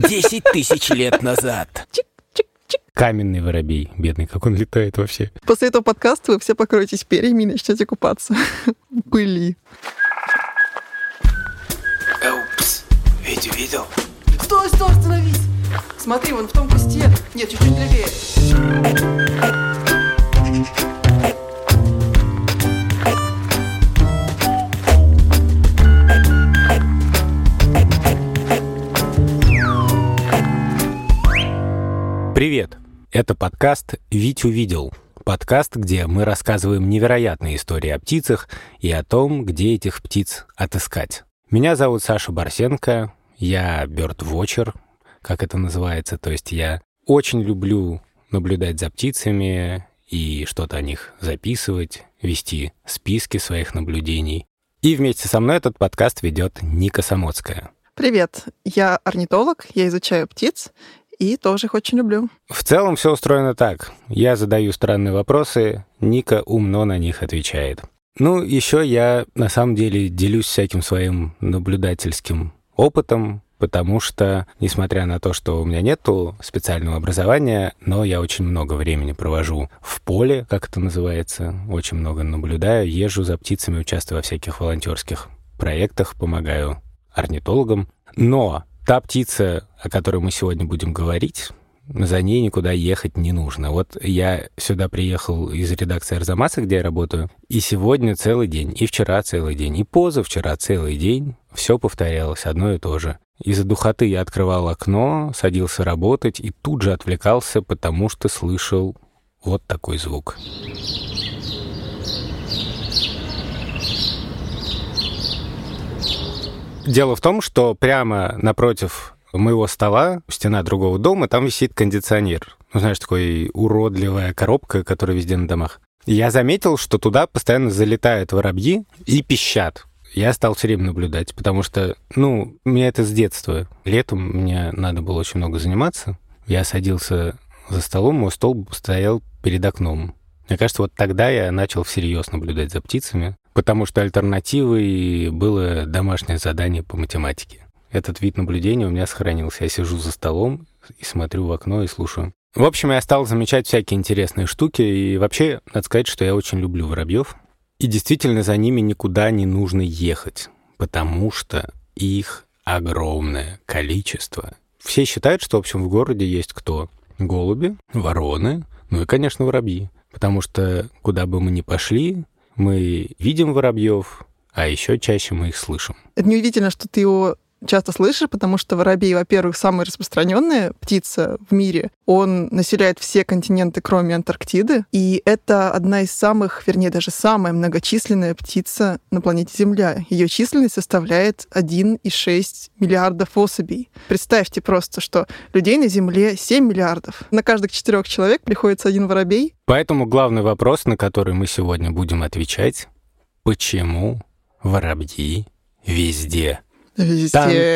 10 тысяч лет назад. Каменный воробей, бедный, как он летает вообще. После этого подкаста вы все покроетесь перьями и начнете купаться в пыли. Упс, Витю видел? Стой, остановись! Смотри, вон в том кусте. Нет, чуть-чуть левее. Привет! Это подкаст «Витю видел». Подкаст, где мы рассказываем невероятные истории о птицах и о том, где этих птиц отыскать. Меня зовут Саша Барсенко, я бёрд-вотчер, как это называется, то есть я очень люблю наблюдать за птицами и что-то о них записывать, вести списки своих наблюдений. И вместе со мной этот подкаст ведет Ника Самоцкая. Привет, я орнитолог, я изучаю птиц и тоже их очень люблю. В целом все устроено так. Я задаю странные вопросы, Ника умно на них отвечает. Ну, еще я на самом деле делюсь всяким своим наблюдательским опытом, потому что, несмотря на то, что у меня нету специального образования, но я очень много времени провожу в поле, как это называется, очень много наблюдаю, езжу за птицами, участвую во всяких волонтерских проектах, помогаю орнитологам. Но та птица, о которой мы сегодня будем говорить, за ней никуда ехать не нужно. Вот я сюда приехал из редакции Арзамаса, где я работаю, и сегодня целый день, и вчера целый день, и позавчера целый день все повторялось одно и то же. Из-за духоты я открывал окно, садился работать и тут же отвлекался, потому что слышал вот такой звук. Дело в том, что прямо напротив моего стола, стена другого дома, там висит кондиционер. Ну, знаешь, такая уродливая коробка, которая везде на домах. Я заметил, что туда постоянно залетают воробьи и пищат. Я стал все время наблюдать, потому что, у меня это с детства. Летом мне надо было очень много заниматься. Я садился за столом, мой стол стоял перед окном. Мне кажется, вот тогда я начал всерьез наблюдать за птицами, потому что альтернативой было домашнее задание по математике. Этот вид наблюдения у меня сохранился. Я сижу за столом и смотрю в окно и слушаю. В общем, я стал замечать всякие интересные штуки, и вообще, надо сказать, что я очень люблю воробьев. И действительно, за ними никуда не нужно ехать, потому что их огромное количество. Все считают, что, в общем, в городе есть кто? Голуби, вороны, ну и, конечно, воробьи. Потому что куда бы мы ни пошли, мы видим воробьев, а еще чаще мы их слышим. Это неудивительно, что ты его часто слышишь, потому что воробей, во-первых, самая распространенная птица в мире. Он населяет все континенты, кроме Антарктиды. И это одна из самых, вернее, даже самая многочисленная птица на планете Земля. Ее численность составляет 1,6 миллиардов особей. Представьте просто, что людей на Земле 7 миллиардов. На каждых 4 человек приходится один воробей. Поэтому главный вопрос, на который мы сегодня будем отвечать, почему воробьи везде? Везде.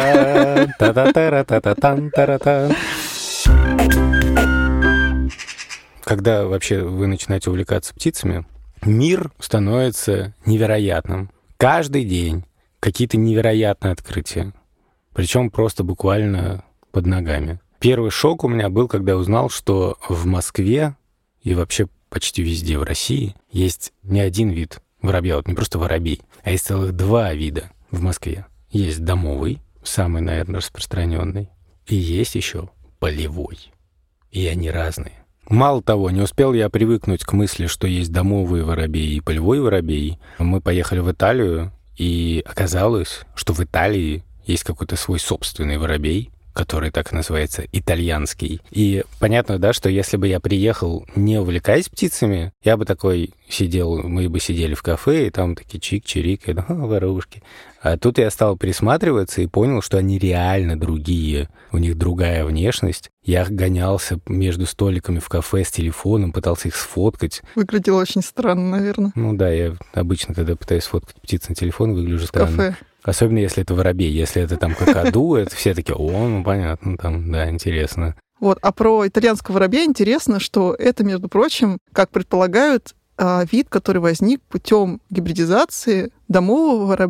Когда вообще вы начинаете увлекаться птицами, мир становится невероятным. Каждый день какие-то невероятные открытия. Причем просто буквально под ногами. Первый шок у меня был, когда я узнал, что в Москве и вообще почти везде в России есть не один вид воробья, вот не просто воробей, а есть целых 2 вида в Москве. Есть домовый, самый, наверное, распространенный, и есть еще полевой. И они разные. Мало того, не успел я привыкнуть к мысли, что есть домовый воробей и полевой воробей. Мы поехали в Италию, и оказалось, что в Италии есть какой-то свой собственный воробей, который так называется итальянский. И понятно, да, что если бы я приехал, не увлекаясь птицами, я бы такой сидел, мы бы сидели в кафе, и там такие чик-чирик, и воробушки. А тут я стал присматриваться и понял, что они реально другие. У них другая внешность. Я гонялся между столиками в кафе с телефоном, пытался их сфоткать. Выглядело очень странно, наверное. Ну да, я обычно, когда пытаюсь сфоткать птиц на телефон, выгляжу странно. Кафе. Особенно, если это воробей. Если это там какаду, это все такие, понятно, там, да, интересно. Вот, а про итальянского воробья интересно, что это, между прочим, как предполагают, вид, который возник путем гибридизации домового воробья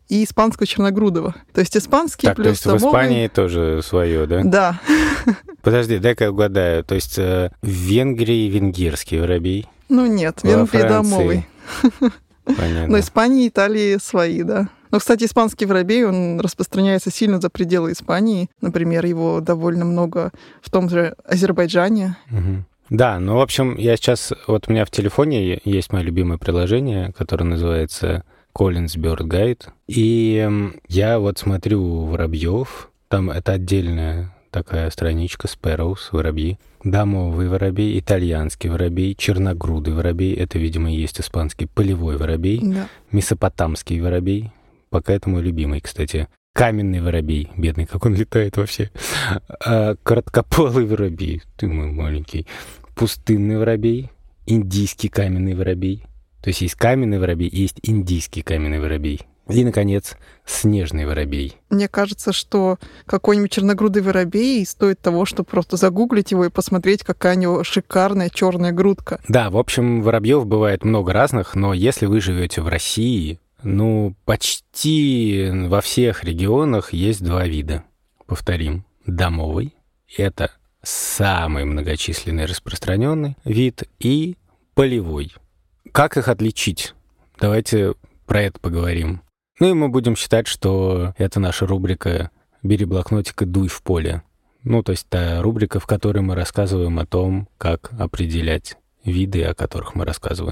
и испанского черногрудого. То есть испанский так, плюс то есть домовый. в Испании тоже свое, да? Да. Подожди, дай-ка я угадаю. То есть в Венгрии венгерский воробей? Ну нет, Во Венгрии Франции. домовый. Понятно. Но Испании и Италии свои, да. Но, кстати, испанский воробей, он распространяется сильно за пределы Испании. Например, его довольно много в том же Азербайджане. Мгм. Да, ну, в общем, я сейчас... Вот у меня в телефоне есть мое любимое приложение, которое называется Collins Bird Guide. И я вот смотрю воробьев. Там это отдельная такая страничка Sparrows, воробьи. Домовый воробей, итальянский воробей, черногрудый воробей. Это, видимо, и есть испанский полевой воробей. Да. Месопотамский воробей. Пока это мой любимый, кстати. Каменный воробей. Бедный, как он летает вообще. Короткополый воробей. Ты мой маленький. Пустынный воробей. Индийский каменный воробей. То есть есть каменный воробей, есть индийский каменный воробей. И, наконец, снежный воробей. Мне кажется, что какой-нибудь черногрудый воробей стоит того, чтобы просто загуглить его и посмотреть, какая у него шикарная черная грудка. Да, в общем, воробьев бывает много разных, но если вы живете в России, ну, почти во всех регионах есть два вида. Повторим. Домовый — это самый многочисленный распространенный вид, и полевой. Как их отличить? Давайте про это поговорим. Ну и мы будем считать, что это наша рубрика «Бери блокнотик и дуй в поле». Ну, то есть та рубрика, в которой мы рассказываем о том, как определять виды, о которых мы рассказываем.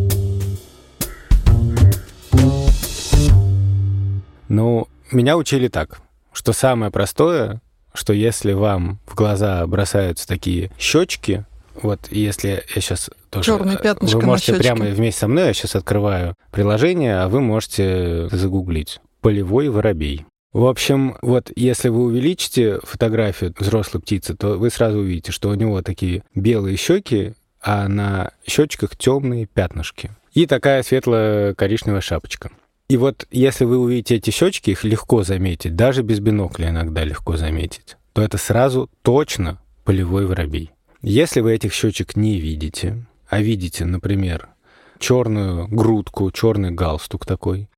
Ну, меня учили так, что самое простое, что если вам в глаза бросаются такие щечки, вот если я сейчас тоже... Чёрное пятнышко вы на можете щёчке. прямо вместе со мной, я сейчас открываю приложение, а вы можете загуглить «полевой воробей». В общем, вот если вы увеличите фотографию взрослой птицы, то вы сразу увидите, что у него такие белые щеки, а на щечках темные пятнышки. И такая светло-коричневая шапочка. И вот если вы увидите эти щечки, их легко заметить, даже без бинокля иногда легко заметить, то это сразу точно полевой воробей. Если вы этих щечек не видите, а видите, например, черную грудку, черный галстук такой,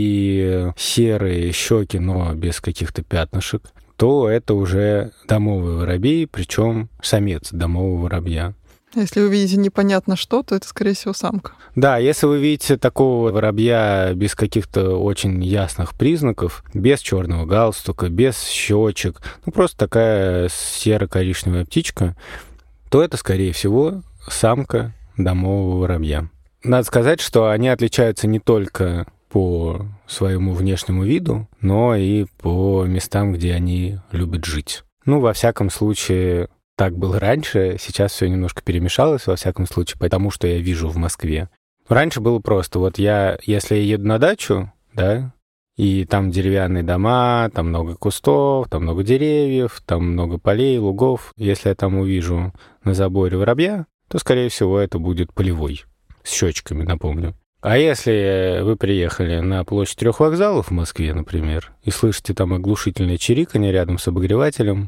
и серые щеки, но без каких-то пятнышек, то это уже домовый воробей, причем самец домового воробья. Если вы видите непонятно что, то это, скорее всего, самка. Да, если вы видите такого воробья без каких-то очень ясных признаков, без черного галстука, без щечек, ну просто такая серо-коричневая птичка, то это, скорее всего, самка домового воробья. Надо сказать, что они отличаются не только по своему внешнему виду, но и по местам, где они любят жить. Ну, во всяком случае, так было раньше, сейчас все немножко перемешалось, во всяком случае, потому что я вижу в Москве. Раньше было просто, вот если я еду на дачу, да, и там деревянные дома, там много кустов, там много деревьев, там много полей, лугов. Если я там увижу на заборе воробья, то, скорее всего, это будет полевой, с щечками, напомню. А если вы приехали на площадь 3 вокзалов в Москве, например, и слышите там оглушительное чириканье рядом с обогревателем,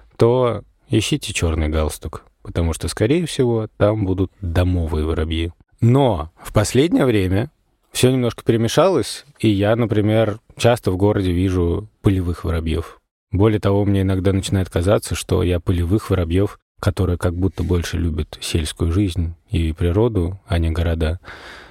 то ищите черный галстук, потому что, скорее всего, там будут домовые воробьи. Но в последнее время все немножко перемешалось, и я, например, часто в городе вижу полевых воробьев. Более того, мне иногда начинает казаться, что я полевых воробьев, которые как будто больше любят сельскую жизнь и природу, а не города,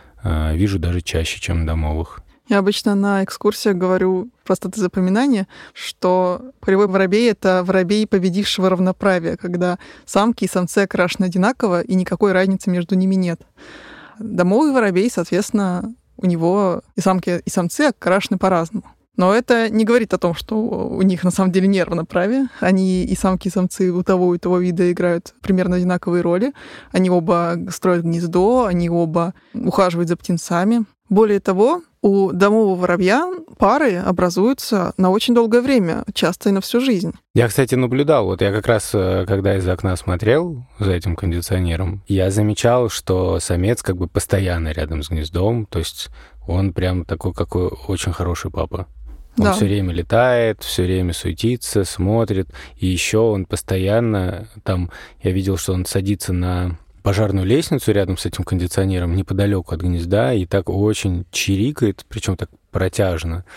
вижу даже чаще, чем домовых. Я обычно на экскурсиях говорю простоты запоминания, что полевой воробей — это воробей победившего равноправия, когда самки и самцы окрашены одинаково, и никакой разницы между ними нет. Домовый воробей, соответственно, у него и самки, и самцы окрашены по-разному. Но это не говорит о том, что у них на самом деле неравноправие. Они и самки, и самцы у того вида играют примерно одинаковые роли. Они оба строят гнездо, они оба ухаживают за птенцами. Более того, у домового воробья пары образуются на очень долгое время, часто и на всю жизнь. Я, кстати, наблюдал, вот я как раз, когда из окна смотрел за этим кондиционером, я замечал, что самец как бы постоянно рядом с гнездом, то есть он прям такой, какой очень хороший папа. Он Да. все время летает, все время суетится, смотрит, и еще он постоянно там, я видел, что он садится на пожарную лестницу рядом с этим кондиционером, неподалеку от гнезда, и так очень чирикает, причем так протяжно.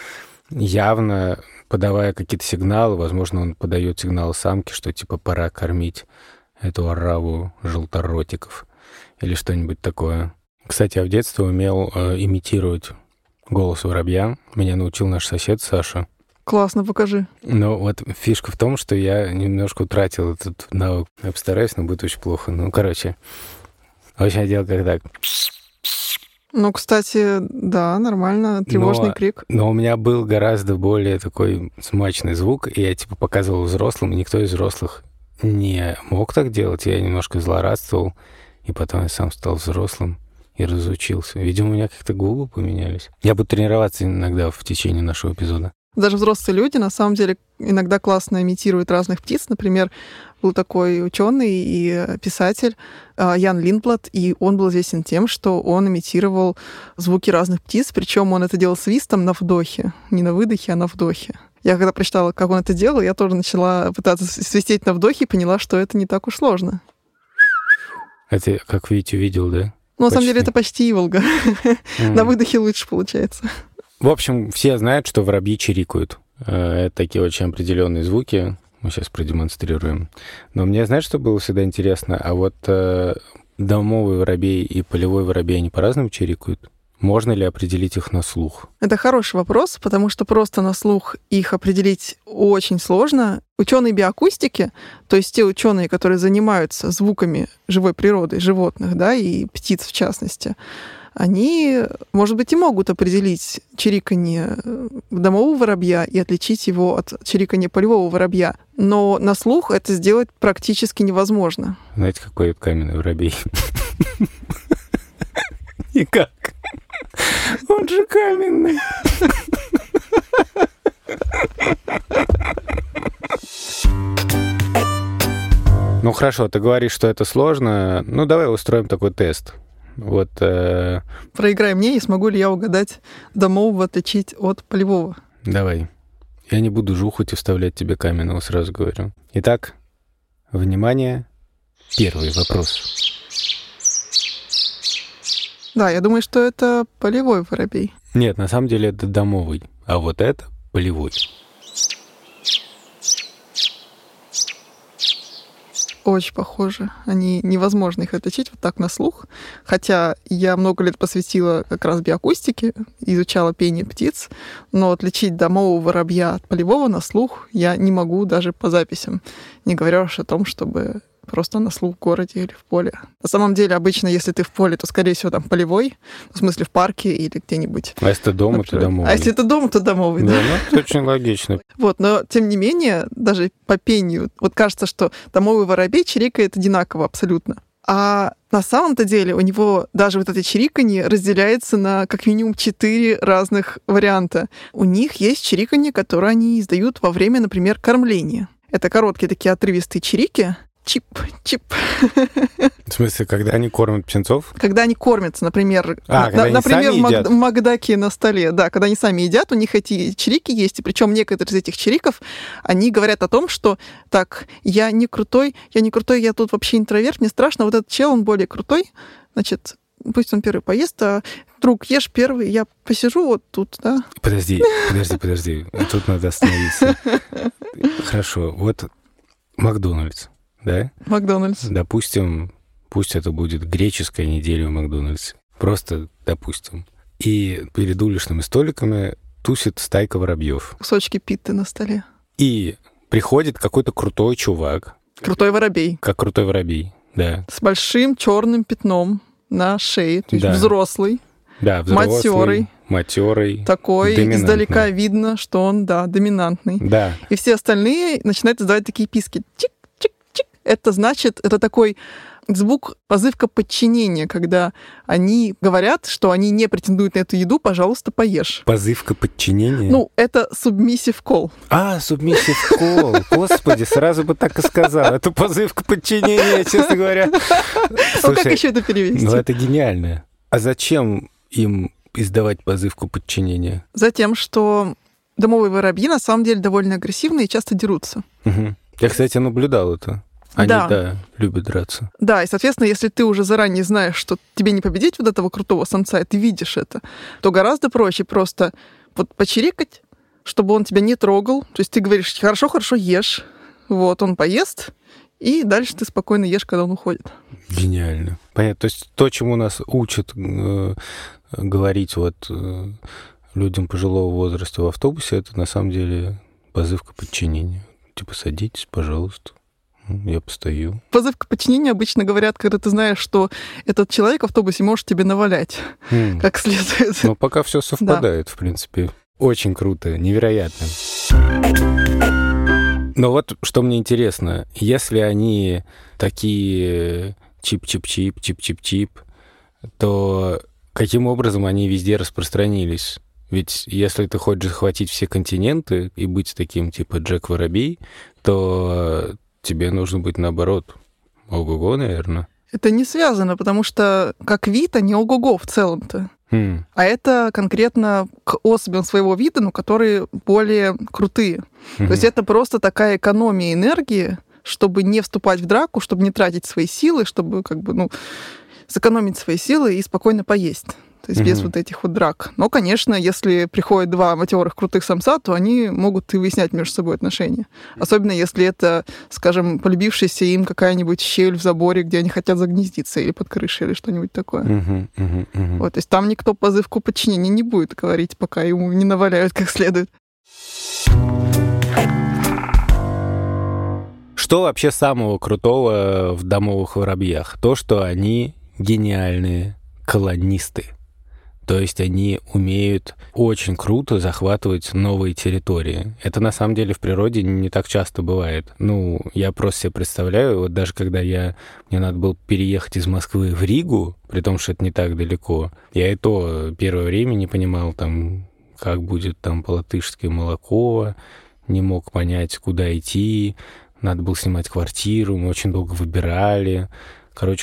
явно подавая какие-то сигналы. Возможно, он подает сигналы самке, что типа пора кормить эту ораву желторотиков или что-нибудь такое. Кстати, я в детстве умел имитировать голос воробья. Меня научил наш сосед Саша. Классно, покажи. Но вот фишка в том, что я немножко утратил этот навык. Я постараюсь, но будет очень плохо. Ну, короче, в общем, я делал как так. Ну, кстати, да, нормально, тревожный крик. Но у меня был гораздо более такой смачный звук, и я типа показывал взрослым, и никто из взрослых не мог так делать. Я немножко злорадствовал, и потом я сам стал взрослым и разучился. Видимо, у меня как-то губы поменялись. Я буду тренироваться иногда в течение нашего эпизода. Даже взрослые люди, на самом деле, иногда классно имитируют разных птиц. Например, был такой ученый и писатель Ян Линдблад, и он был известен тем, что он имитировал звуки разных птиц, причем он это делал свистом на вдохе. Не на выдохе, а на вдохе. Я когда прочитала, как он это делал, я тоже начала пытаться свистеть на вдохе и поняла, что это не так уж сложно. Это, как видите, увидел, да? Ну, на самом деле, это почти иволга. На выдохе лучше получается. В общем, все знают, что воробьи чирикают. Это такие очень определенные звуки. Мы сейчас продемонстрируем. Но мне, знаешь, что было всегда интересно? А вот домовый воробей и полевой воробей, они по-разному чирикают? Можно ли определить их на слух? Это хороший вопрос, потому что просто на слух их определить очень сложно. Ученые биоакустики, то есть те ученые, которые занимаются звуками живой природы, животных, да, и птиц в частности, они, может быть, и могут определить чириканье домового воробья и отличить его от чириканья полевого воробья. Но на слух это сделать практически невозможно. Знаете, какой каменный воробей? Никак. Он же каменный. Ну хорошо, ты говоришь, что это сложно. Ну давай устроим такой тест. Вот. Проиграй мне, и смогу ли я угадать домового отличить от полевого? Давай. Я не буду жухать и вставлять тебе каменного, сразу говорю. Итак, внимание, первый вопрос. Да, я думаю, что это полевой воробей. Нет, на самом деле это домовый, а вот это полевой. Очень похожи. Невозможно их отличить вот так на слух. Хотя я много лет посвятила как раз биоакустике, изучала пение птиц, но отличить домового воробья от полевого на слух я не могу даже по записям. Не говоря уж о том, чтобы просто на слух в городе или в поле. На самом деле, обычно, если ты в поле, то, скорее всего, там полевой, в смысле, в парке или где-нибудь. А если это дома, то домовый. А если это дома, то домовый, да. Да, ну, это очень логично. Вот, но, тем не менее, даже по пению, вот кажется, что домовый воробей чирикает одинаково абсолютно. А на самом-то деле у него даже вот это чириканье разделяется на как минимум 4 разных варианта. У них есть чириканье, которое они издают во время, например, кормления. Это короткие такие отрывистые чирики, чип-чип. В смысле, когда они кормят птенцов? Когда они кормятся, например, например, в Макдаке на столе. Да, когда они сами едят, у них эти чирики есть. И причем некоторые из этих чириков, они говорят о том, что так, я не крутой, я тут вообще интроверт, мне страшно, вот этот чел, он более крутой, значит, пусть он первый поест, а друг, ешь первый, я посижу вот тут, да? Подожди. Тут надо остановиться. Хорошо, вот Макдональдс. Да? Макдональдс. Допустим, пусть это будет греческая неделя в Макдональдсе. Просто допустим. И перед уличными столиками тусит стайка воробьев. Кусочки питты на столе. И приходит какой-то крутой чувак. Крутой воробей. Как крутой воробей, да. С большим черным пятном на шее. То есть да. Взрослый. Да, взрослый. Матерый. Такой, издалека видно, что он, да, доминантный. Да. И все остальные начинают издавать такие писки. Чик-чик-чик. Это значит, это такой звук позывка подчинения, когда они говорят, что они не претендуют на эту еду, пожалуйста, поешь. Позывка подчинения? Ну, это submissive call. Submissive call. Господи, сразу бы так и сказал. Это позывка подчинения, честно говоря. Ну, как еще это перевести? Ну, это гениально. А зачем им издавать позывку подчинения? Затем, что домовые воробьи на самом деле довольно агрессивные и часто дерутся. Угу. Я, кстати, наблюдал это. Они, да, любят драться. Да, и, соответственно, если ты уже заранее знаешь, что тебе не победить вот этого крутого самца, и ты видишь это, то гораздо проще просто вот почирикать, чтобы он тебя не трогал. То есть ты говоришь, хорошо, ешь. Вот, он поест, и дальше ты спокойно ешь, когда он уходит. Гениально. Понятно. То есть то, чему нас учат говорить людям пожилого возраста в автобусе, это на самом деле позыв к подчинению. Типа, садитесь, пожалуйста, я постою. Позыв к подчинению обычно говорят, когда ты знаешь, что этот человек в автобусе может тебе навалять как следует. Но пока все совпадает, в принципе. Очень круто, невероятно. Но вот что мне интересно, если они такие чип-чип-чип, чип-чип-чип, то каким образом они везде распространились? Ведь если ты хочешь захватить все континенты и быть таким типа Джек Воробей, то тебе нужно быть наоборот. Ого-го, наверное. Это не связано, потому что как вид они ого-го в целом-то. А это конкретно к особям своего вида, но которые более крутые. То есть это просто такая экономия энергии, чтобы не вступать в драку, чтобы не тратить свои силы, чтобы сэкономить свои силы и спокойно поесть. То есть без вот этих вот драк. Но, конечно, если приходят два матерых крутых самца, то они могут и выяснять между собой отношения. Особенно если это, скажем, полюбившаяся им какая-нибудь щель в заборе, где они хотят загнездиться, или под крышей, или что-нибудь такое. Вот, то есть там никто позыв к подчинению не будет говорить, пока ему не наваляют как следует. Что вообще самого крутого в домовых воробьях? То, что они гениальные колонисты. То есть они умеют очень круто захватывать новые территории. Это на самом деле в природе не так часто бывает. Я просто себе представляю, вот даже когда мне надо было переехать из Москвы в Ригу, при том, что это не так далеко, я и то первое время не понимал, как будет по-латышски молоко, не мог понять, куда идти, надо было снимать квартиру, мы очень долго выбирали. Короче,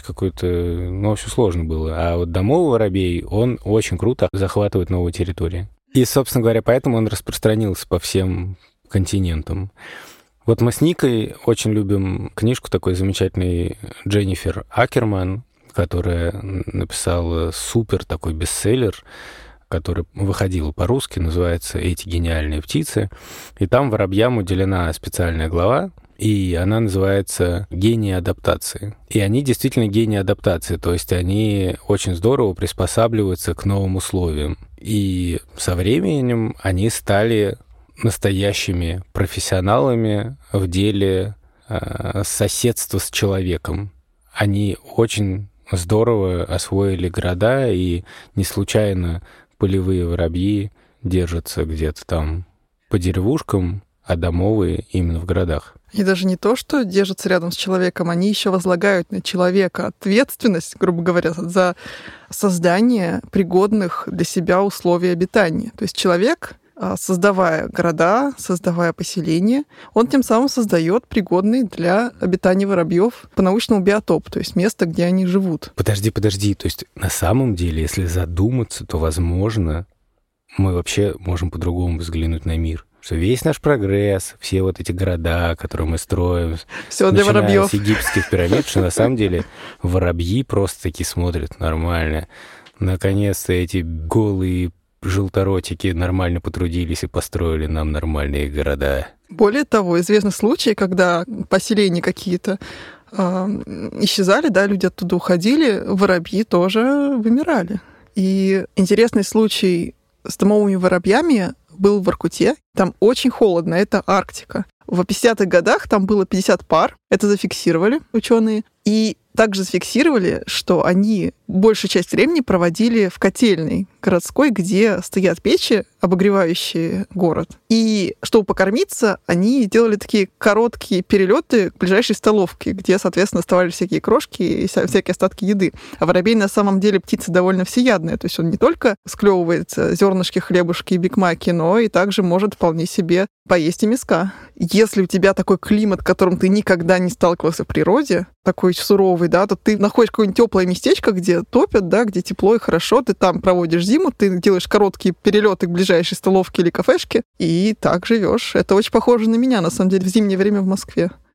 все сложно было. А вот домовый воробей, он очень круто захватывает новые территории. И, собственно говоря, поэтому он распространился по всем континентам. Вот мы с Никой очень любим книжку такой замечательной Дженнифер Акерман, которая написала супер такой бестселлер, который выходил по-русски, называется «Эти гениальные птицы». И там воробьям уделена специальная глава, и она называется «Гении адаптации». И они действительно гении адаптации, то есть они очень здорово приспосабливаются к новым условиям. И со временем они стали настоящими профессионалами в деле соседства с человеком. Они очень здорово освоили города, и не случайно полевые воробьи держатся где-то там по деревушкам, а домовые именно в городах. И даже не то, что держатся рядом с человеком, они еще возлагают на человека ответственность, грубо говоря, за создание пригодных для себя условий обитания. То есть человек, создавая города, создавая поселения, он тем самым создает пригодный для обитания воробьев по-научному биотоп, то есть место, где они живут. Подожди. То есть на самом деле, если задуматься, то, возможно, мы вообще можем по-другому взглянуть на мир. Что весь наш прогресс, все вот эти города, которые мы строим, все для воробьев. С египетских пирамид, что на самом деле воробьи просто таки смотрят нормально. Наконец-то эти голые желторотики нормально потрудились и построили нам нормальные города. Более того, известны случаи, когда поселения какие-то исчезали, люди оттуда уходили, воробьи тоже вымирали. И интересный случай с домовыми воробьями был в Воркуте. Там очень холодно, это Арктика. В 50-х годах там было 50 пар, это зафиксировали ученые. И также зафиксировали, что они большую часть времени проводили в котельной городской, где стоят печи, обогревающие город. И чтобы покормиться, они делали такие короткие перелеты к ближайшей столовке, где, соответственно, оставались всякие крошки и всякие остатки еды. А воробей на самом деле птица довольно всеядная, то есть он не только склевывает зернышки, хлебушки и бигмаки, но и также может вполне себе поесть и мяска. Если у тебя такой климат, которым ты никогда не сталкивался в природе, такой суровый, то ты находишь какое-нибудь теплое местечко, где топят, где тепло и хорошо, ты там проводишь зиму, ты делаешь короткие перелеты к ближайшей столовке или кафешке, и так живешь. Это очень похоже на меня, на самом деле, в зимнее время в Москве.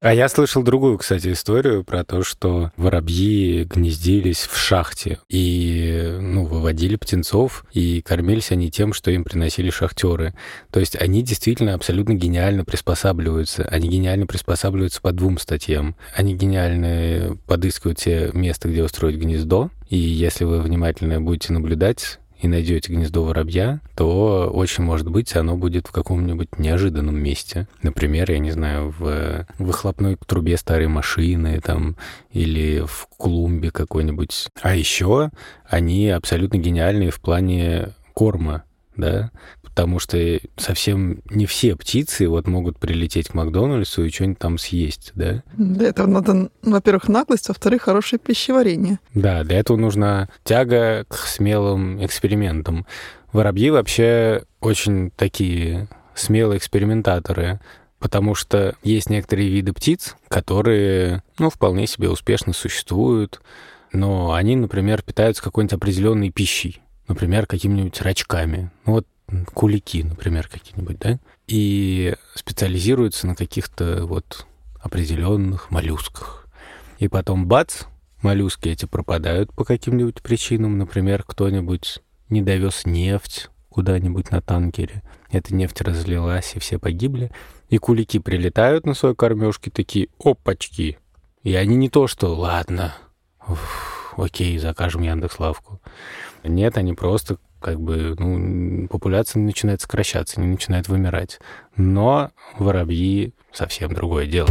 А я слышал другую, кстати, историю про то, что воробьи гнездились в шахте и, выводили птенцов, и кормились они тем, что им приносили шахтеры. То есть они действительно абсолютно гениально приспосабливаются. Они гениально приспосабливаются по двум статьям. Они гениально подыскивают себе место, где устроить гнездо, и если вы внимательно будете наблюдать и найдете гнездо воробья, то очень может быть, оно будет в каком-нибудь неожиданном месте. Например, я не знаю, в выхлопной трубе старой машины там, или в клумбе какой-нибудь. А еще они абсолютно гениальные в плане корма, да, потому что совсем не все птицы могут прилететь к Макдональдсу и что-нибудь там съесть, да? Для этого надо, во-первых, наглость, во-вторых, хорошее пищеварение. Да, для этого нужна тяга к смелым экспериментам. Воробьи вообще очень такие смелые экспериментаторы, потому что есть некоторые виды птиц, которые, вполне себе успешно существуют, но они, например, питаются какой-нибудь определенной пищей, например, какими-нибудь рачками. Кулики, например, какие-нибудь, да? И специализируются на каких-то определенных моллюсках. И потом, бац, моллюски эти пропадают по каким-нибудь причинам. Например, кто-нибудь не довез нефть куда-нибудь на танкере. Эта нефть разлилась, и все погибли. И кулики прилетают на своей кормежке, такие, опачки. И они не то, что, ладно, окей, закажем Яндекс.Лавку. Нет, они просто популяция начинает сокращаться, не начинает вымирать. Но воробьи совсем другое дело.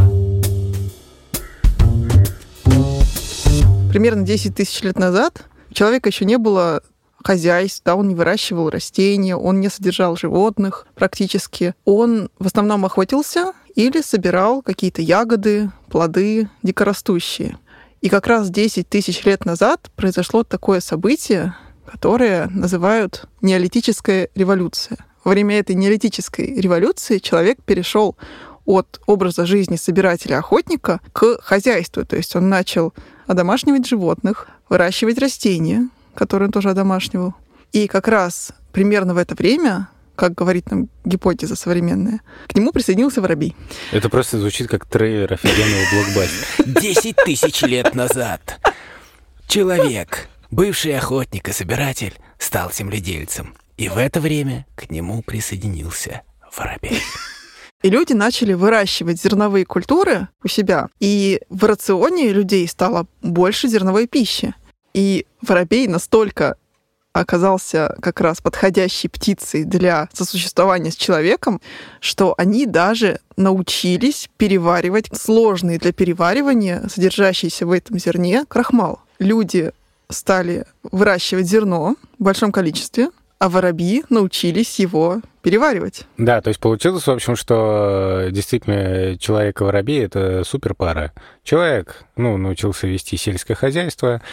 Примерно 10 тысяч лет назад у человека еще не было хозяйств, он не выращивал растения, он не содержал животных практически. Он в основном охотился или собирал какие-то ягоды, плоды дикорастущие. И как раз 10 тысяч лет назад произошло такое событие, которое называют неолитическая революция. Во время этой неолитической революции человек перешел от образа жизни собирателя-охотника к хозяйству. То есть он начал одомашнивать животных, выращивать растения, которые он тоже одомашнивал. И как раз примерно в это время, как говорит нам гипотеза современная, к нему присоединился воробей. Это просто звучит как трейлер офигенного блокбастера. 10 тысяч лет назад человек, бывший охотник и собиратель, стал земледельцем. И в это время к нему присоединился воробей. И люди начали выращивать зерновые культуры у себя. И в рационе людей стало больше зерновой пищи. И воробей настолько оказался как раз подходящей птицей для сосуществования с человеком, что они даже научились переваривать сложный для переваривания, содержащийся в этом зерне, крахмал. Люди стали выращивать зерно в большом количестве, а воробьи научились его переваривать. Да, то есть получилось, в общем, что действительно человек и воробей — это суперпара. Человек, научился вести сельское хозяйство,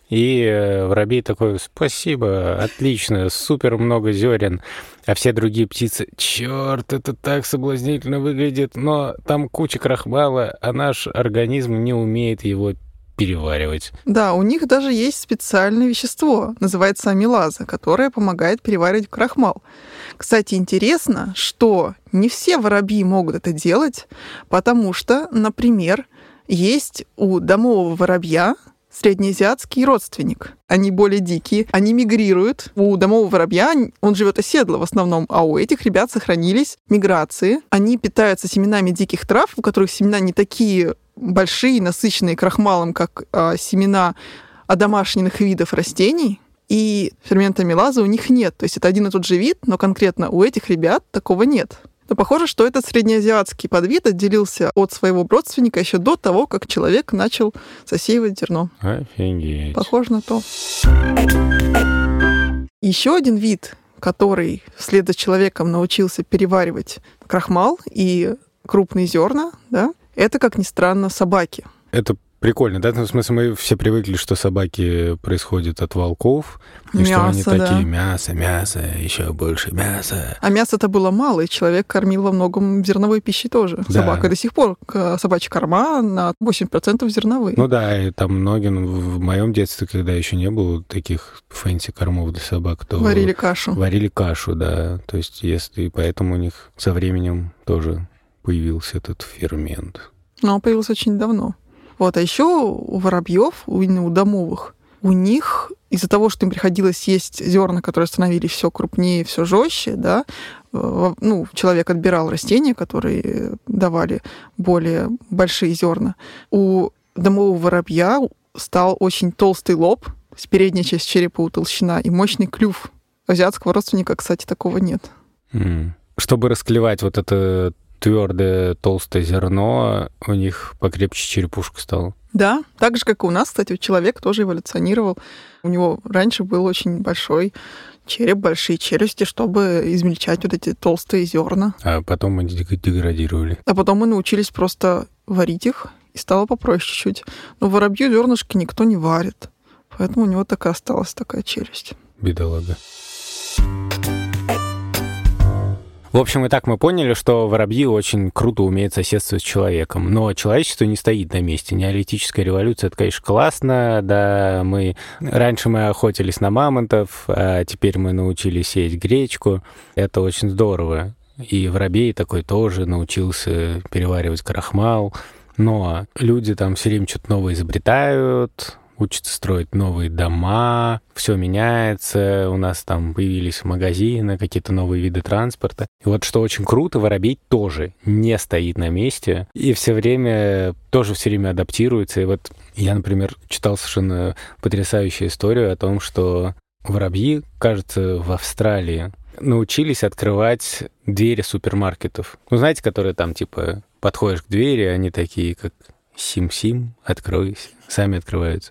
и воробей такой: спасибо, отлично, супер много зерен. А все другие птицы: черт, это так соблазнительно выглядит, но там куча крахмала, а наш организм не умеет его переваривать. Да, у них даже есть специальное вещество, называется амилаза, которое помогает переваривать крахмал. Кстати, интересно, что не все воробьи могут это делать, потому что, например, есть у домового воробья среднеазиатский родственник. Они более дикие, они мигрируют. У домового воробья он живет оседло в основном, а у этих ребят сохранились миграции. Они питаются семенами диких трав, у которых семена не такие большие, насыщенные крахмалом, как семена одомашненных видов растений. И фермента амилазы у них нет. То есть это один и тот же вид, но конкретно у этих ребят такого нет. Но похоже, что этот среднеазиатский подвид отделился от своего родственника еще до того, как человек начал засеивать зерно. Офигеть. Похоже на то. Еще один вид, который вслед за человеком научился переваривать крахмал и крупные зерна, да, это, как ни странно, собаки. Это прикольно, да? В смысле, мы все привыкли, что собаки происходят от волков, и мясо, что они такие: да. мясо, еще больше мяса. А мяса-то было мало, и человек кормил во многом зерновой пищей тоже. Да. Собака до сих пор собачья корма на 8% зерновые. Ну да, и там многим в моем детстве, когда еще не было таких фэнси кормов для собак, то Варили кашу. Варили кашу, да. То есть, и поэтому у них со временем тоже появился этот фермент. Но он появился очень давно. Вот. А еще у воробьев, именно у домовых, у них из-за того, что им приходилось есть зерна, которые становились все крупнее, все жестче, да, человек отбирал растения, которые давали более большие зерна. У домового воробья стал очень толстый лоб, то есть передняя часть черепа утолщена, и мощный клюв. У азиатского родственника, кстати, такого нет. Чтобы расклевать вот это твердое толстое зерно, у них покрепче черепушка стала. Да, так же, как и у нас, кстати, человек тоже эволюционировал. У него раньше был очень большой череп, большие челюсти, чтобы измельчать вот эти толстые зерна. А потом они деградировали. А потом мы научились просто варить их, и стало попроще чуть. Но воробью зернышки никто не варит. Поэтому у него так и осталась такая челюсть. Бедолага. В общем, и так мы поняли, что воробьи очень круто умеют соседствовать с человеком. Но человечество не стоит на месте. Неолитическая революция — это, конечно, классно. Да, раньше мы охотились на мамонтов, а теперь мы научились сеять гречку. Это очень здорово. И воробей такой тоже научился переваривать крахмал. Но люди там все время что-то новое изобретают, учатся строить новые дома, все меняется, у нас там появились магазины, какие-то новые виды транспорта. И вот что очень круто, воробей тоже не стоит на месте и все время адаптируется. И вот я, например, читал совершенно потрясающую историю о том, что воробьи, кажется, в Австралии научились открывать двери супермаркетов. Ну, знаете, которые там, типа, подходишь к двери, они такие, как «Сим-сим, откройся», сами открываются.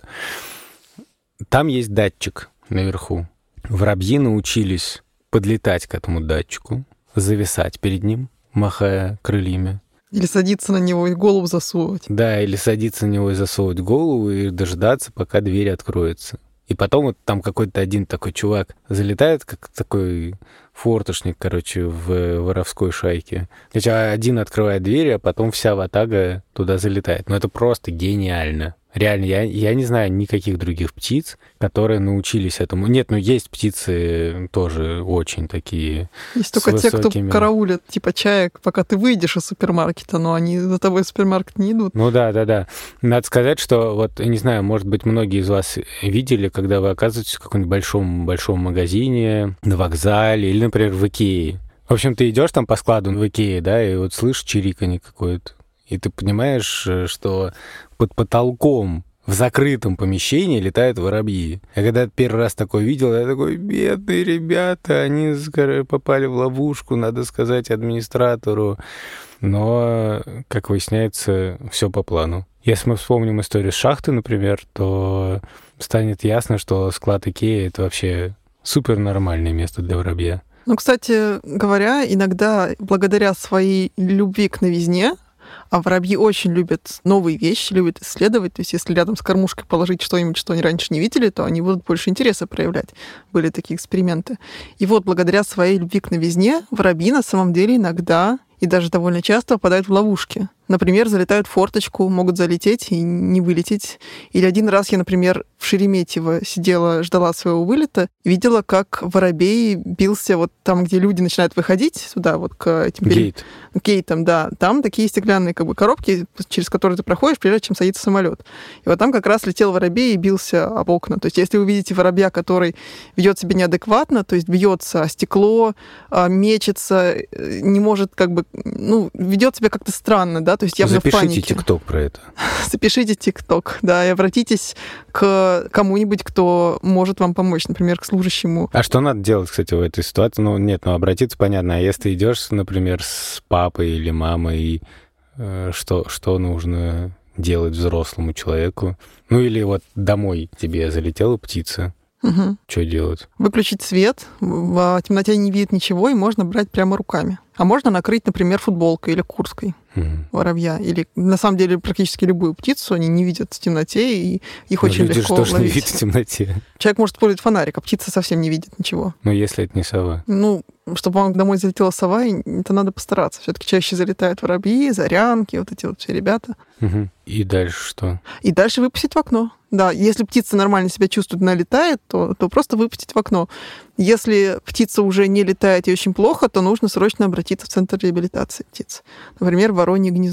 Там есть датчик наверху. Воробьи научились подлетать к этому датчику, зависать перед ним, махая крыльями. Или садиться на него и голову засовывать. Да, или садиться на него и засовывать голову, и дождаться, пока дверь откроется. И потом вот там какой-то один такой чувак залетает, как такой форточник, короче, в воровской шайке. Значит, один открывает дверь, а потом вся ватага туда залетает. Но это просто гениально. Реально, я не знаю никаких других птиц, которые научились этому. Нет, есть птицы тоже очень такие. Есть только те, кто караулят, типа чаек, пока ты выйдешь из супермаркета, но они за тобой в супермаркет не идут. Ну да. Надо сказать, что вот, не знаю, может быть, многие из вас видели, когда вы оказываетесь в каком-нибудь большом магазине, на вокзале или, например, в Икее. В общем, ты идешь там по складу в Икее, да, и вот слышишь чириканье какое-то. И ты понимаешь, что под потолком в закрытом помещении летают воробьи. Я когда первый раз такое видел, я такой: бедные ребята, они попали в ловушку, надо сказать администратору. Но, как выясняется, все по плану. Если мы вспомним историю с шахты, например, то станет ясно, что склад Икеи — это вообще супер нормальное место для воробья. Ну, кстати говоря, иногда благодаря своей любви к новизне, а воробьи очень любят новые вещи, любят исследовать. То есть если рядом с кормушкой положить что-нибудь, что они раньше не видели, то они будут больше интереса проявлять. Были такие эксперименты. И вот благодаря своей любви к новизне воробьи на самом деле иногда и даже довольно часто попадают в ловушки. Например, залетают в форточку, могут залететь и не вылететь. Или один раз я, например, в Шереметьево сидела, ждала своего вылета, видела, как воробей бился вот там, где люди начинают выходить сюда, вот к этим гейтам, да. Там такие стеклянные как бы коробки, через которые ты проходишь, прежде чем садится самолет. И вот там как раз летел воробей и бился об окна. То есть если вы видите воробья, который ведет себя неадекватно, то есть бьется о стекло, мечется, не может как бы, ведет себя как-то странно, да, то есть явно в панике. Запишите ТикТок про это. Запишите ТикТок, да, и обратитесь к кому-нибудь, кто может вам помочь, например, к служащему. А что надо делать, кстати, в этой ситуации? Обратиться понятно. А если идешь, например, с папой или мамой, что нужно делать взрослому человеку? Ну или вот домой тебе залетела птица. Угу. Что делать? Выключить свет, в темноте не видит ничего, и можно брать прямо руками. А можно накрыть, например, футболкой или курткой воробья. Или, на самом деле, практически любую птицу они не видят в темноте, и их очень люди легко ловить. Люди же тоже не видят в темноте. Человек может использовать фонарик, а птица совсем не видит ничего. Но если это не сова? Чтобы вам домой залетела сова, это надо постараться. Все-таки чаще залетают воробьи, зарянки, вот эти вот все ребята. Угу. И дальше что? И дальше выпустить в окно. Да, если птица нормально себя чувствует, она летает, то просто выпустить в окно. Если птица уже не летает и очень плохо, то нужно срочно обратиться в центр реабилитации птиц. Например, Воронье гнездо.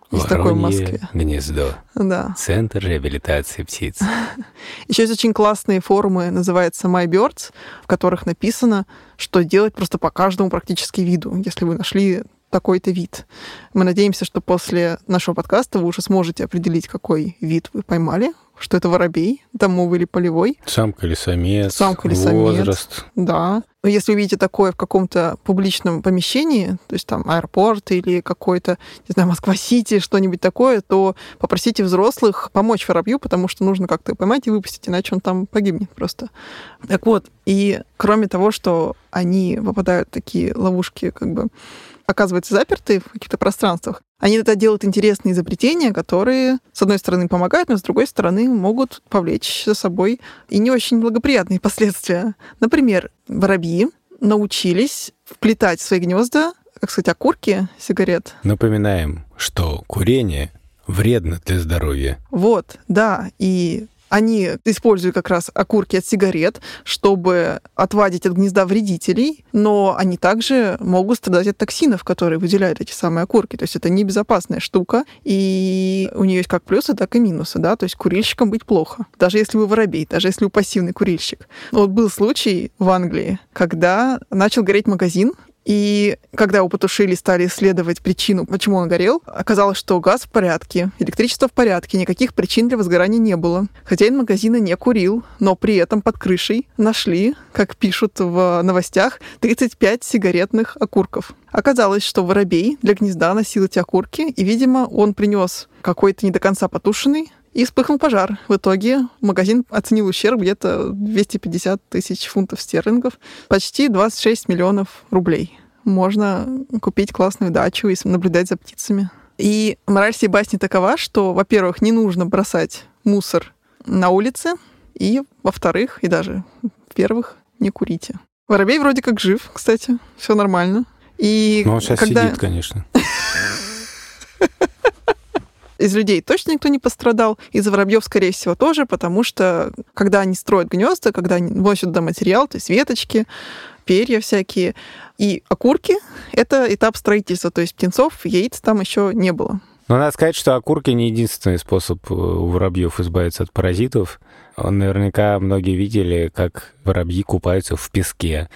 Есть такое в Москве. Гнездо. Да. Центр реабилитации птиц. Еще есть очень классные форумы, называется My Birds, в которых написано, что делать просто по каждому практически виду, если вы нашли такой-то вид. Мы надеемся, что после нашего подкаста вы уже сможете определить, какой вид вы поймали, что это воробей, домовый или полевой. Самка или самец, возраст. Да. Но если увидите такое в каком-то публичном помещении, то есть там аэропорт или какой-то, не знаю, Москва-Сити, что-нибудь такое, то попросите взрослых помочь воробью, потому что нужно как-то его поймать и выпустить, иначе он там погибнет просто. Так вот, и кроме того, что они попадают в такие ловушки, как бы оказываются заперты в каких-то пространствах, они это делают интересные изобретения, которые, с одной стороны, помогают, но с другой стороны, могут повлечь за собой и не очень благоприятные последствия. Например, воробьи научились вплетать в свои гнезда, как сказать, окурки сигарет. Напоминаем, что курение вредно для здоровья. Вот, да, и они используют как раз окурки от сигарет, чтобы отвадить от гнезда вредителей, но они также могут страдать от токсинов, которые выделяют эти самые окурки. То есть это небезопасная штука, и у нее есть как плюсы, так и минусы, да, то есть курильщикам быть плохо. Даже если вы воробей, даже если вы пассивный курильщик. Вот был случай в Англии, когда начал гореть магазин, и когда его потушили, стали исследовать причину, почему он горел, оказалось, что газ в порядке, электричество в порядке, никаких причин для возгорания не было. Хозяин магазина не курил, но при этом под крышей нашли, как пишут в новостях, 35 сигаретных окурков. Оказалось, что воробей для гнезда носил эти окурки, и, видимо, он принес какой-то не до конца потушенный, и вспыхнул пожар. В итоге магазин оценил ущерб где-то 250 тысяч фунтов стерлингов, почти 26 миллионов рублей. Можно купить классную дачу и наблюдать за птицами. И мораль всей басни такова, что, во-первых, не нужно бросать мусор на улице, и, во-вторых, и даже в-первых, не курите. Воробей вроде как жив, кстати, все нормально. И но он сейчас сидит, конечно. Из людей точно никто не пострадал, из воробьев, скорее всего, тоже, потому что, когда они строят гнезда, когда они вносят туда материал, то есть веточки, перья всякие, и окурки — это этап строительства, то есть птенцов, яиц там еще не было. Но надо сказать, что окурки не единственный способ у воробьев избавиться от паразитов. Наверняка многие видели, как воробьи купаются в песке.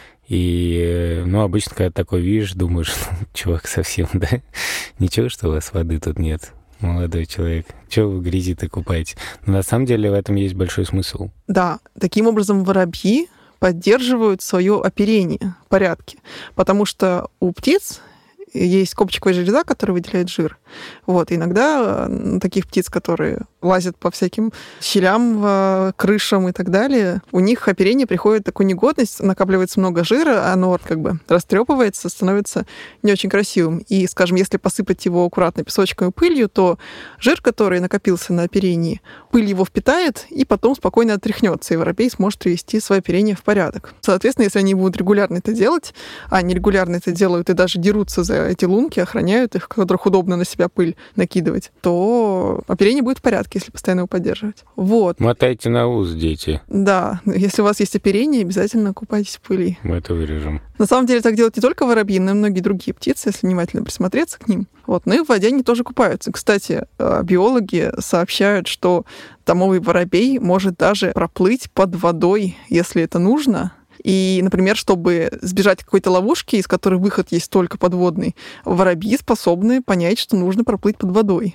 И, обычно, когда такой видишь, думаешь, чувак, совсем, да? Ничего, что у вас воды тут нет. Молодой человек, чего вы в грязи-то купаете? Но на самом деле в этом есть большой смысл. Да, таким образом воробьи поддерживают свое оперение в порядке, потому что у птиц есть копчиковая железа, которая выделяет жир. Вот. Иногда таких птиц, которые лазят по всяким щелям, крышам и так далее, у них оперение приходит в такую негодность, накапливается много жира, оно как бы растрепывается, становится не очень красивым. И, скажем, если посыпать его аккуратно песочком и пылью, то жир, который накопился на оперении, пыль его впитает и потом спокойно отряхнется, и воробей сможет привести свое оперение в порядок. Соответственно, если они будут регулярно это делать, а они регулярно это делают и даже дерутся за эти лунки, охраняют их, в которых удобно на себя пыль накидывать, то оперение будет в порядке, если постоянно его поддерживать. Вот. Мотайте на ус, дети. Да, если у вас есть оперение, обязательно купайтесь в пыли. Мы это вырежем. На самом деле так делают не только воробьи, но и многие другие птицы, если внимательно присмотреться к ним. Вот. Но и в воде они тоже купаются. Кстати, биологи сообщают, что домовый воробей может даже проплыть под водой, если это нужно. И, например, чтобы сбежать от какой-то ловушки, из которой выход есть только подводный, воробьи способны понять, что нужно проплыть под водой.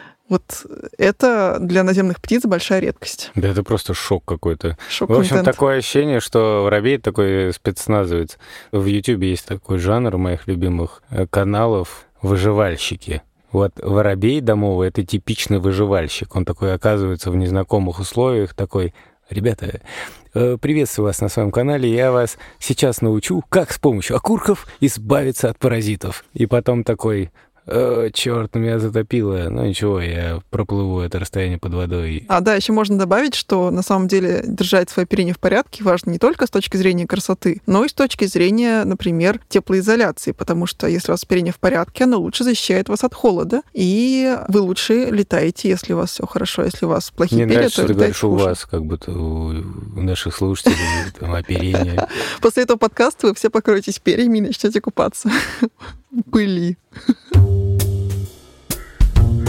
Вот это для наземных птиц большая редкость. Да это просто шок какой-то. Шок-контент. В общем, такое ощущение, что воробей такой спецназовец. В Ютубе есть такой жанр моих любимых каналов — выживальщики. Вот воробей домовый — это типичный выживальщик. Он такой оказывается в незнакомых условиях, такой: ребята, приветствую вас на своем канале, я вас сейчас научу, как с помощью окурков избавиться от паразитов. И потом такой: черт, меня затопило. Ну ничего, я проплыву это расстояние под водой. Да, еще можно добавить, что на самом деле держать свое оперение в порядке важно не только с точки зрения красоты, но и с точки зрения, например, теплоизоляции, потому что если у вас оперение в порядке, оно лучше защищает вас от холода, и вы лучше летаете, если у вас все хорошо. Если у вас плохие перья, нравится, то что ты говоришь, хуже. у вас, как будто у наших слушателей там оперение. После этого подкаста вы все покроетесь перьями и начнете купаться в пыли.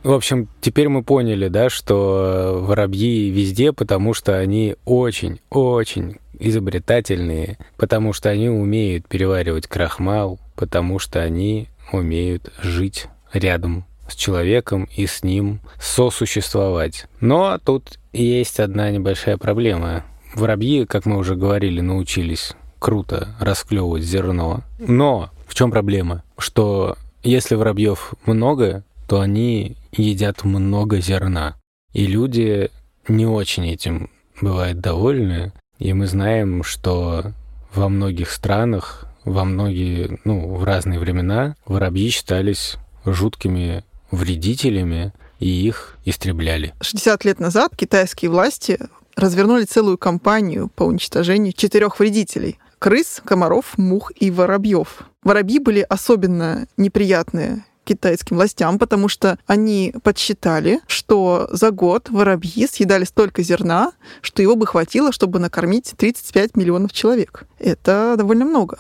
В общем, теперь мы поняли, да, что воробьи везде, потому что они очень-очень изобретательные, потому что они умеют переваривать крахмал, потому что они умеют жить рядом с человеком и с ним сосуществовать. Но тут есть одна небольшая проблема. Воробьи, как мы уже говорили, научились круто расклевывать зерно. Но в чем проблема? Что если воробьев много, то они едят много зерна. И люди не очень этим бывают довольны. И мы знаем, что во многих странах, в разные времена воробьи считались жуткими вредителями, и их истребляли. 60 лет назад китайские власти развернули целую кампанию по уничтожению 4 вредителей — крыс, комаров, мух и воробьев. Воробьи были особенно неприятные китайским властям, потому что они подсчитали, что за год воробьи съедали столько зерна, что его бы хватило, чтобы накормить 35 миллионов человек. Это довольно много.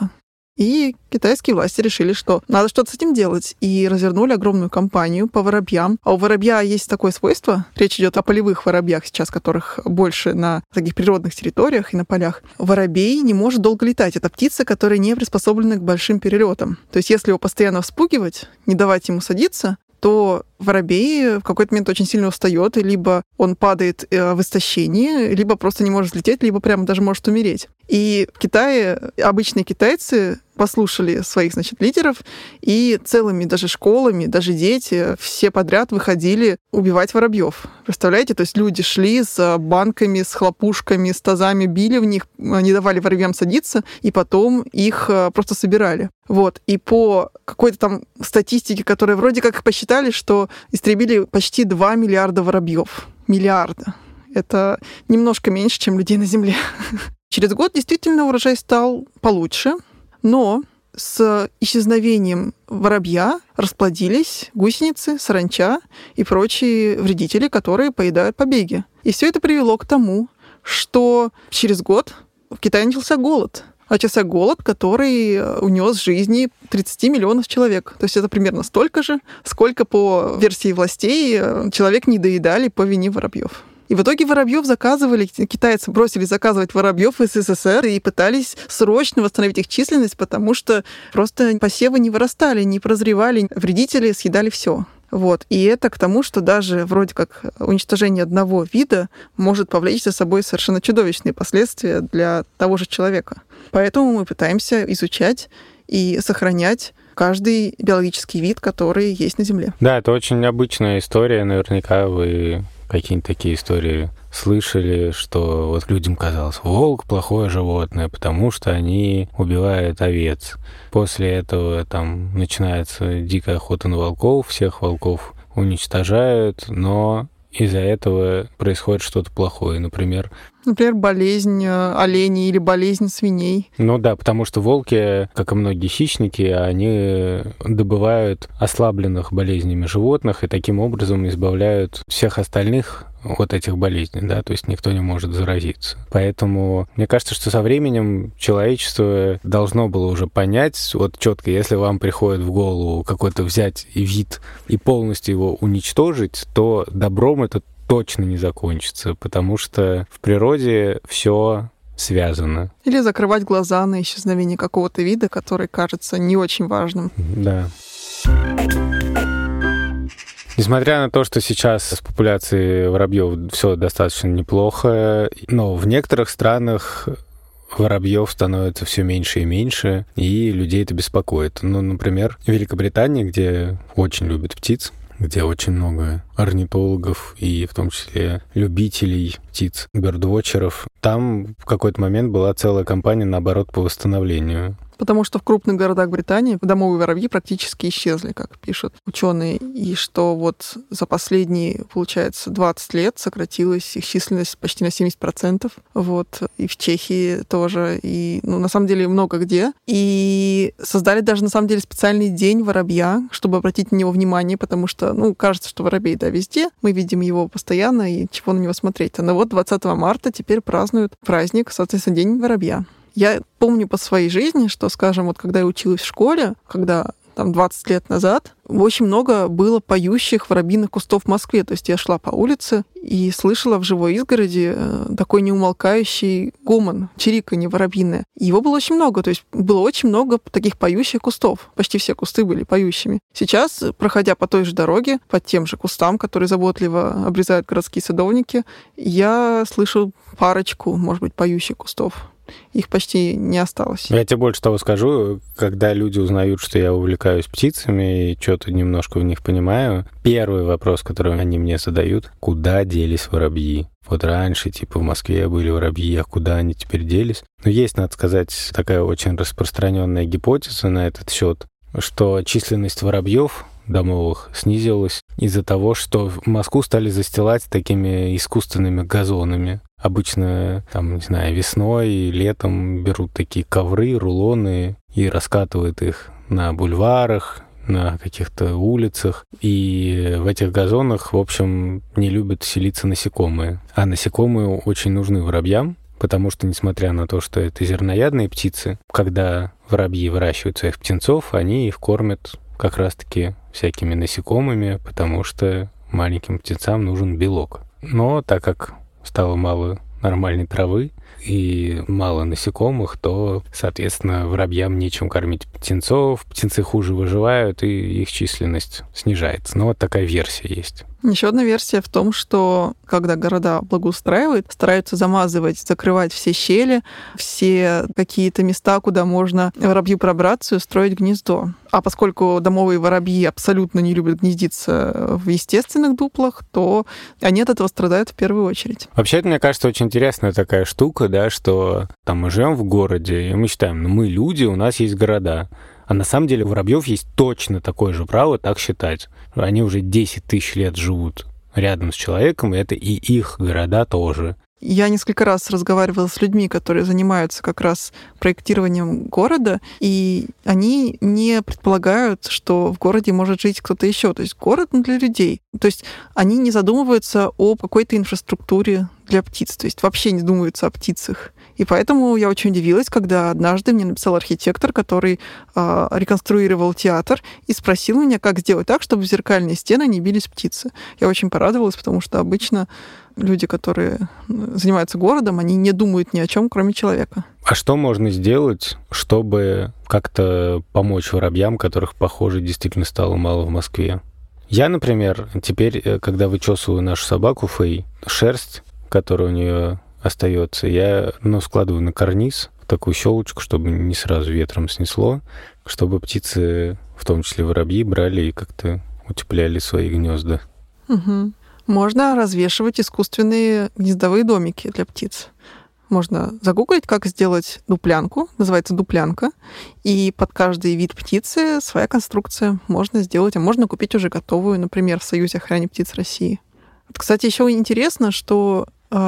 И китайские власти решили, что надо что-то с этим делать, и развернули огромную кампанию по воробьям. А у воробья есть такое свойство, речь идет о полевых воробьях сейчас, которых больше на таких природных территориях и на полях. Воробей не может долго летать. Это птица, которая не приспособлена к большим перелетам. То есть если его постоянно вспугивать, не давать ему садиться, то воробей в какой-то момент очень сильно устает, и либо он падает в истощении, либо просто не может взлететь, либо прямо даже может умереть. И в Китае обычные китайцы послушали своих, лидеров, и целыми даже школами, даже дети, все подряд выходили убивать воробьев. Представляете? То есть люди шли с банками, с хлопушками, с тазами, били в них, не давали воробьям садиться, и потом их просто собирали. Вот. И по какой-то там статистике, которая вроде как посчитали, что истребили почти 2 миллиарда воробьев. Миллиарда. Это немножко меньше, чем людей на Земле. Через год действительно урожай стал получше, но с исчезновением воробья расплодились гусеницы, саранча и прочие вредители, которые поедают побеги. И все это привело к тому, что через год в Китае начался голод. Начался голод, который унес жизни 30 миллионов человек. То есть это примерно столько же, сколько по версии властей человек не доедали по вине воробьев. И в итоге воробьев заказывали, китайцы бросили заказывать воробьев в СССР и пытались срочно восстановить их численность, потому что просто посевы не вырастали, не прозревали, вредители съедали все. Вот. И это к тому, что даже вроде как уничтожение одного вида может повлечь за собой совершенно чудовищные последствия для того же человека. Поэтому мы пытаемся изучать и сохранять каждый биологический вид, который есть на Земле. Да, это очень необычная история. Наверняка вы какие-нибудь такие истории слышали, что вот людям казалось, волк — плохое животное, потому что они убивают овец. После этого там начинается дикая охота на волков, всех волков уничтожают, но из-за этого происходит что-то плохое. Например, болезнь оленей или болезнь свиней. Ну да, потому что волки, как и многие хищники, они добывают ослабленных болезнями животных и таким образом избавляют всех остальных от этих болезней, да, то есть никто не может заразиться. Поэтому мне кажется, что со временем человечество должно было уже понять вот четко, если вам приходит в голову какой-то взять вид и полностью его уничтожить, то добром это точно не закончится, потому что в природе все связано. Или закрывать глаза на исчезновение какого-то вида, который кажется не очень важным. Да. Несмотря на то, что сейчас с популяцией воробьев все достаточно неплохо, но в некоторых странах воробьев становится все меньше и меньше, и людей это беспокоит. Ну, например, в Великобритании, где очень любят птиц, где очень много орнитологов и в том числе любителей птиц, бёрдвотчеров, там в какой-то момент была целая кампания, наоборот, по восстановлению. Потому что в крупных городах Британии домовые воробьи практически исчезли, как пишут ученые, и что вот за последние, получается, 20 лет сократилась их численность почти на 70%. Вот. И в Чехии тоже, и, на самом деле, много где. И создали даже, на самом деле, специальный день воробья, чтобы обратить на него внимание, потому что, кажется, что воробей, да, везде. Мы видим его постоянно, и чего на него смотреть. Но вот 20 марта теперь празднуют праздник, соответственно, День воробья. Я помню по своей жизни, что, скажем, вот когда я училась в школе, когда 20 лет назад, очень много было поющих воробьиных кустов в Москве. То есть я шла по улице и слышала в живой изгороди такой неумолкающий гомон, чириканье воробьиное. Его было очень много, то есть было очень много таких поющих кустов. Почти все кусты были поющими. Сейчас, проходя по той же дороге, по тем же кустам, которые заботливо обрезают городские садовники, я слышу парочку, может быть, поющих кустов. Их почти не осталось. Я тебе больше того скажу, когда люди узнают, что я увлекаюсь птицами и что-то немножко в них понимаю, первый вопрос, который они мне задают: куда делись воробьи? Вот раньше, в Москве были воробьи, а куда они теперь делись? Но есть, надо сказать, такая очень распространенная гипотеза на этот счет, что численность воробьев домовых снизилась из-за того, что в Москву стали застилать такими искусственными газонами. Обычно, весной и летом берут такие ковры, рулоны и раскатывают их на бульварах, на каких-то улицах. И в этих газонах, в общем, не любят селиться насекомые. А насекомые очень нужны воробьям, потому что, несмотря на то, что это зерноядные птицы, когда воробьи выращивают своих птенцов, они их кормят как раз-таки всякими насекомыми, потому что маленьким птенцам нужен белок. Но так как стало мало нормальной травы и мало насекомых, то, соответственно, воробьям нечем кормить птенцов, птенцы хуже выживают, и их численность снижается. Но вот такая версия есть. Еще одна версия в том, что когда города благоустраивают, стараются замазывать, закрывать все щели, все какие-то места, куда можно воробью пробраться и устроить гнездо. А поскольку домовые воробьи абсолютно не любят гнездиться в естественных дуплах, то они от этого страдают в первую очередь. Вообще, это, мне кажется, очень интересная такая штука, да, что мы живем в городе, и мы считаем, мы люди, у нас есть города. А на самом деле у воробьев есть точно такое же право так считать. Они уже 10 тысяч лет живут рядом с человеком, и это и их города тоже. Я несколько раз разговаривала с людьми, которые занимаются как раз проектированием города, и они не предполагают, что в городе может жить кто-то еще. То есть город для людей. То есть они не задумываются о какой-то инфраструктуре для птиц, то есть вообще не думаются о птицах. И поэтому я очень удивилась, когда однажды мне написал архитектор, который реконструировал театр, и спросил меня, как сделать так, чтобы в зеркальные стены не бились птицы. Я очень порадовалась, потому что обычно люди, которые занимаются городом, они не думают ни о чем, кроме человека. А что можно сделать, чтобы как-то помочь воробьям, которых, похоже, действительно стало мало в Москве? Я, например, теперь, когда вычесываю нашу собаку Фэй, шерсть, которая у нее остается, я складываю на карниз в такую щелочку, чтобы не сразу ветром снесло, чтобы птицы, в том числе воробьи, брали и как-то утепляли свои гнезда. Угу. Можно развешивать искусственные гнездовые домики для птиц. Можно загуглить, как сделать дуплянку, называется дуплянка, и под каждый вид птицы своя конструкция можно сделать, а можно купить уже готовую, например, в Союзе охраны птиц России. Вот, кстати, еще интересно, что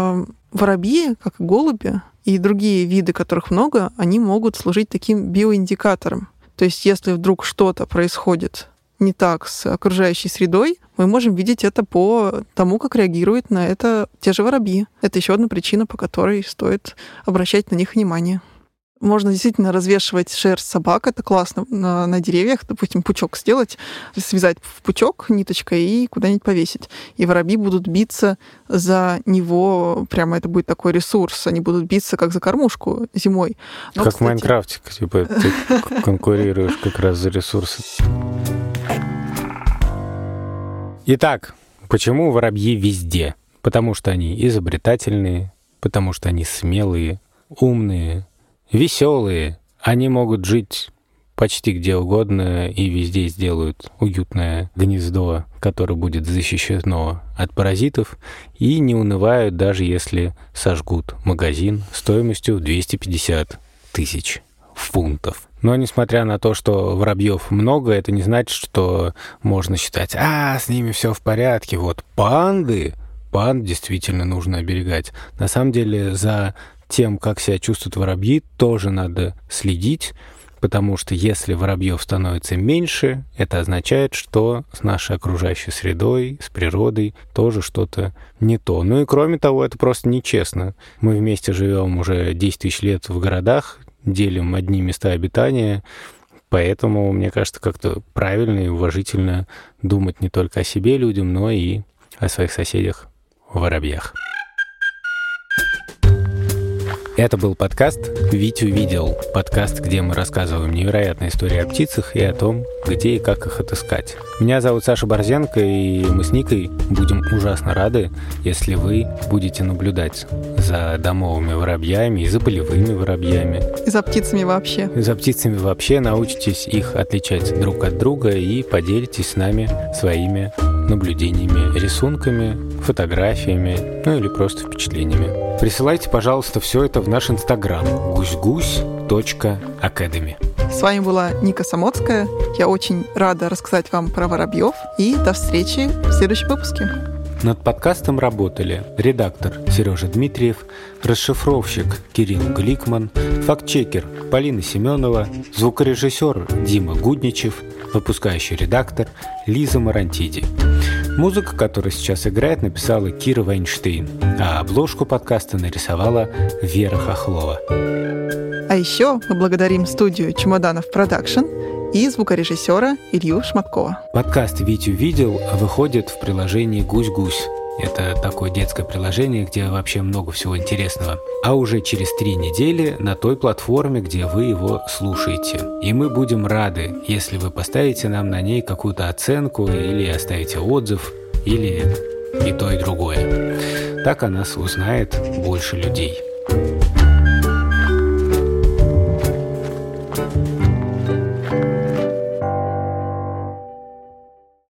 воробьи, как и голуби, и другие виды, которых много, они могут служить таким биоиндикатором. То есть если вдруг что-то происходит не так с окружающей средой, мы можем видеть это по тому, как реагируют на это те же воробьи. Это еще одна причина, по которой стоит обращать на них внимание. Можно действительно развешивать шерсть собак, это классно, на деревьях, допустим, пучок сделать, связать в пучок ниточкой и куда-нибудь повесить. И воробьи будут биться за него, прямо это будет такой ресурс, они будут биться как за кормушку зимой. Но, как кстати... в Майнкрафте, ты конкурируешь как раз за ресурсы. Итак, почему воробьи везде? Потому что они изобретательные, потому что они смелые, умные, веселые. Они могут жить почти где угодно и везде сделают уютное гнездо, которое будет защищено от паразитов, и не унывают, даже если сожгут магазин стоимостью в 250 тысяч фунтов. Но несмотря на то, что воробьев много, это не значит, что можно считать, с ними все в порядке. Вот панд действительно нужно оберегать. На самом деле за тем, как себя чувствуют воробьи, тоже надо следить, потому что если воробьев становится меньше, это означает, что с нашей окружающей средой, с природой тоже что-то не то. Ну и кроме того, это просто нечестно. Мы вместе живем уже 10 тысяч лет в городах, делим одни места обитания, Поэтому, мне кажется, как-то правильно и уважительно думать не только о себе людям, но и о своих соседях-воробьях. Это был подкаст «Витю видел». Подкаст, где мы рассказываем невероятные истории о птицах и о том, где и как их отыскать. Меня зовут Саша Борзенко, и мы с Никой будем ужасно рады, если вы будете наблюдать за домовыми воробьями и за полевыми воробьями. И за птицами вообще. И за птицами вообще научитесь их отличать друг от друга и поделитесь с нами своими наблюдениями, рисунками, фотографиями, ну или просто впечатлениями. Присылайте, пожалуйста, все это в наш инстаграм гусь-гусь.academy. С вами была Ника Самоцкая. Я очень рада рассказать вам про воробьев. И до встречи в следующем выпуске. Над подкастом работали редактор Сережа Дмитриев, расшифровщик Кирилл Гликман, фактчекер Полина Семенова, звукорежиссер Дима Гудничев, выпускающий редактор Лиза Марантиди. Музыку, которая сейчас играет, написала Кира Вайнштейн, а обложку подкаста нарисовала Вера Хохлова. А еще мы благодарим студию «Чемоданов Продакшн» и звукорежиссера Илью Шматкова. Подкаст «Витю видел» выходит в приложении «Гусь-гусь». Это такое детское приложение, где вообще много всего интересного. А уже через 3 недели на той платформе, где вы его слушаете. И мы будем рады, если вы поставите нам на ней какую-то оценку или оставите отзыв, или и то, и другое. Так о нас узнает больше людей.